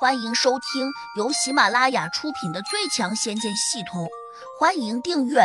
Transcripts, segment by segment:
欢迎收听由喜马拉雅出品的《最强仙剑系统》，欢迎订阅。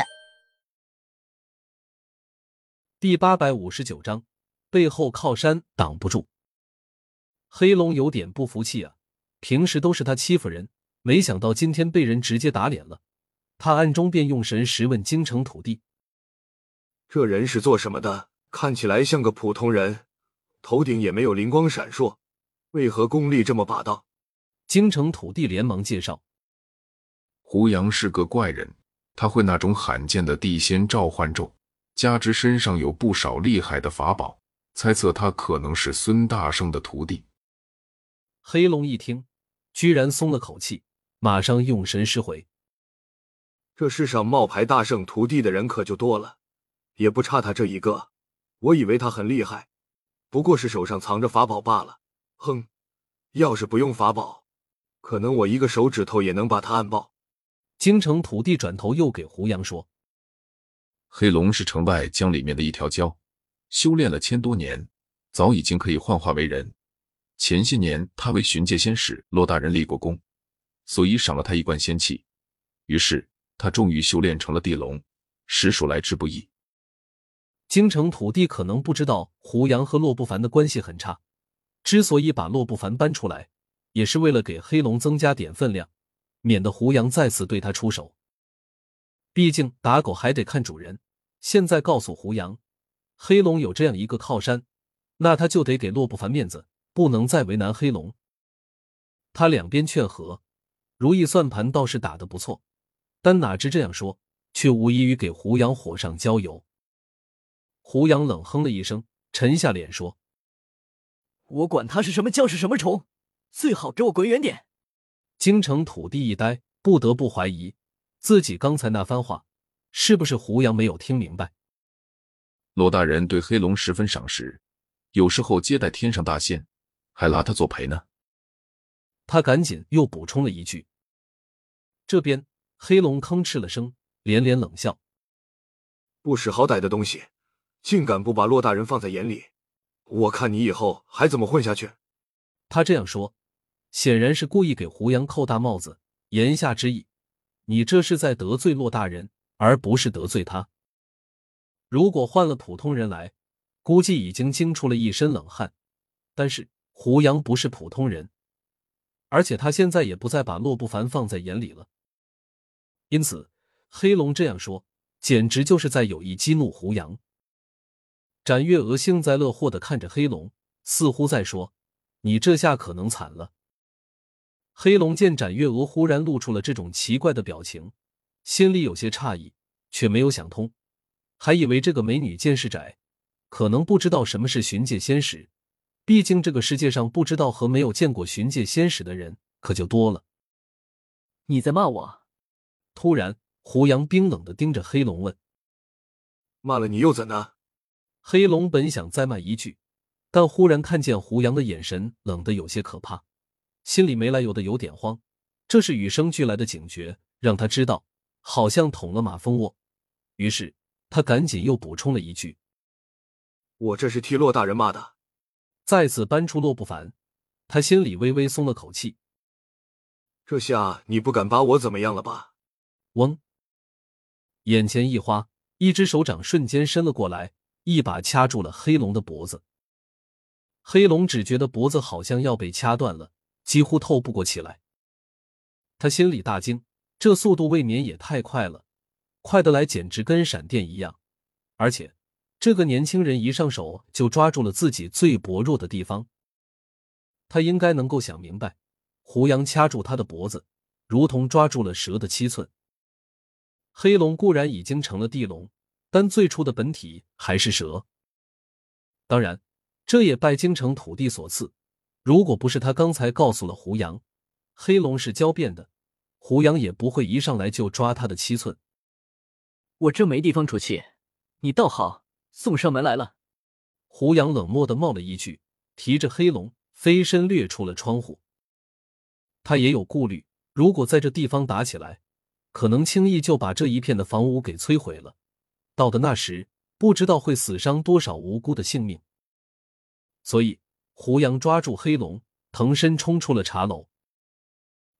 第859章，背后靠山挡不住。黑龙有点不服气啊，平时都是他欺负人，没想到今天被人直接打脸了。他暗中便用神识问京城土地： 这人是做什么的？看起来像个普通人，头顶也没有灵光闪烁，为何功力这么霸道？ 京城土地连忙介绍： 胡杨是个怪人，他会那种罕见的地仙召唤咒，加之身上有不少厉害的法宝，猜测他可能是孙大圣的徒弟。 黑龙一听，居然松了口气，马上用神识回： 这世上冒牌大圣徒弟的人可就多了，也不差他这一个。我以为他很厉害，不过是手上藏着法宝罢了。哼，要是不用法宝，可能我一个手指头也能把他按爆。 京城土地转头又给胡杨说： 黑龙是城外江里面的一条蛟，修炼了1000多年，早已经可以幻化为人。前些年他为巡界仙使骆大人立过功，所以赏了他一罐仙气，于是他终于修炼成了地龙，实属来之不易。 京城土地可能不知道胡杨和骆不凡的关系很差，之所以把骆不凡搬出来，也是为了给黑龙增加点分量，免得胡杨再次对他出手。毕竟打狗还得看主人，现在告诉胡杨，黑龙有这样一个靠山，那他就得给骆不凡面子，不能再为难黑龙。他两边劝和，如意算盘倒是打得不错，但哪知这样说，却无异于给胡杨火上浇油。胡杨冷哼了一声，沉下脸说： 我管他是什么蛟是什么虫，最好给我滚远点。 京城土地一呆，不得不怀疑自己刚才那番话是不是胡杨没有听明白。 骆大人对黑龙十分赏识，有时候接待天上大仙，还拉他作陪呢。 他赶紧又补充了一句。这边黑龙吭哧了声，连连冷笑： 不识好歹的东西，竟敢不把骆大人放在眼里，我看你以后还怎么混下去。 他这样说显然是故意给胡杨扣大帽子，言下之意，你这是在得罪骆大人，而不是得罪他。如果换了普通人来，估计已经惊出了一身冷汗，但是胡杨不是普通人，而且他现在也不再把骆不凡放在眼里了。因此黑龙这样说简直就是在有意激怒胡杨。展月娥幸灾乐祸地看着黑龙，似乎在说：你这下可能惨了。黑龙见展月娥忽然露出了这种奇怪的表情，心里有些诧异，却没有想通，还以为这个美女见识窄，可能不知道什么是巡界仙使，毕竟这个世界上不知道和没有见过巡界仙使的人可就多了。 你在骂我？ 突然胡杨冰冷地盯着黑龙问： 骂了你又怎的？ 黑龙本想再骂一句，但忽然看见胡杨的眼神冷得有些可怕，心里没来由的有点慌，这是与生俱来的警觉，让他知道好像捅了马蜂窝。于是他赶紧又补充了一句： 我这是替骆大人骂的。 再次搬出骆不凡，他心里微微松了口气。 这下你不敢把我怎么样了吧？ 嗡！眼前一花，一只手掌瞬间伸了过来，一把掐住了黑龙的脖子。黑龙只觉得脖子好像要被掐断了，几乎透不过气来。他心里大惊，这速度未免也太快了，快得来简直跟闪电一样。而且这个年轻人一上手就抓住了自己最薄弱的地方。他应该能够想明白，胡杨掐住他的脖子，如同抓住了蛇的7寸。黑龙固然已经成了地龙，但最初的本体还是蛇。当然这也拜京城土地所赐，如果不是他刚才告诉了胡杨黑龙是蛟变的，胡杨也不会一上来就抓他的7寸。 我这没地方出气，你倒好，送上门来了。 胡杨冷漠地冒了一句，提着黑龙飞身掠出了窗户。他也有顾虑，如果在这地方打起来，可能轻易就把这一片的房屋给摧毁了，到的那时不知道会死伤多少无辜的性命。所以胡杨抓住黑龙，腾身冲出了茶楼。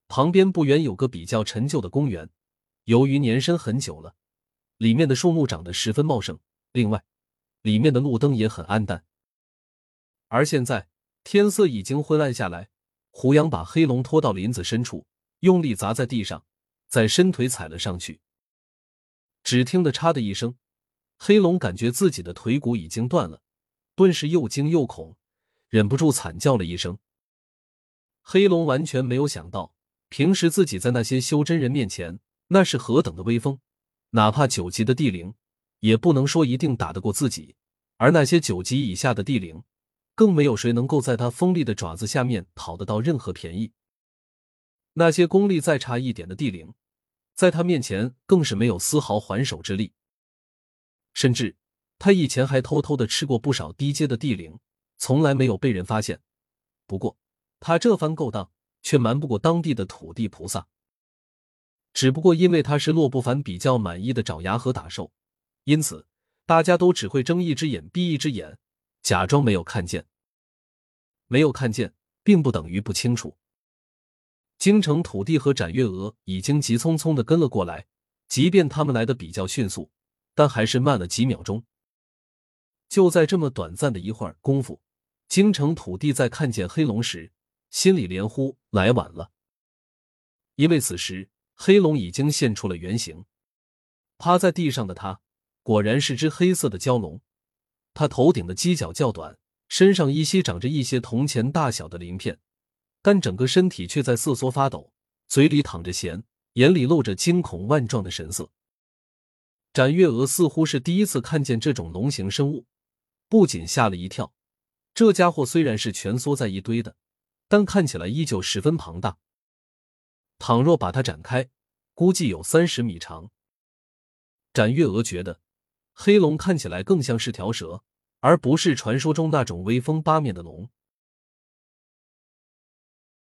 旁边不远有个比较陈旧的公园，由于年深很久了，里面的树木长得十分茂盛，另外里面的路灯也很暗淡。而现在天色已经昏暗下来，胡杨把黑龙拖到林子深处，用力砸在地上，再伸腿踩了上去。只听得嚓的一声，黑龙感觉自己的腿骨已经断了，顿时又惊又恐，忍不住惨叫了一声。黑龙完全没有想到，平时自己在那些修真人面前那是何等的威风，哪怕9级的地灵也不能说一定打得过自己，而那些9级以下的地灵更没有谁能够在他锋利的爪子下面讨得到任何便宜。那些功力再差一点的地灵在他面前更是没有丝毫还手之力，甚至他以前还偷偷的吃过不少低阶的地灵，从来没有被人发现。不过他这番勾当却瞒不过当地的土地菩萨，只不过因为他是洛不凡比较满意的爪牙和打兽，因此大家都只会睁一只眼闭一只眼，假装没有看见。没有看见并不等于不清楚。京城土地和展月娥已经急匆匆地跟了过来，即便他们来得比较迅速，但还是慢了几秒钟。就在这么短暂的一会儿功夫，京城土地在看见黑龙时心里连呼来晚了，因为此时黑龙已经现出了原形。趴在地上的他果然是只黑色的蛟龙，他头顶的犄角较短，身上依稀长着一些铜钱大小的鳞片，但整个身体却在瑟缩发抖，嘴里淌着涎，眼里露着惊恐万状的神色。展月娥似乎是第一次看见这种龙形生物，不仅吓了一跳，这家伙虽然是蜷缩在一堆的，但看起来依旧十分庞大。倘若把它展开，估计有30米长。展月娥觉得黑龙看起来更像是条蛇，而不是传说中那种威风八面的龙。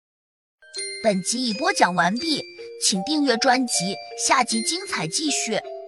本集已播讲完毕，请订阅专辑，下集精彩继续。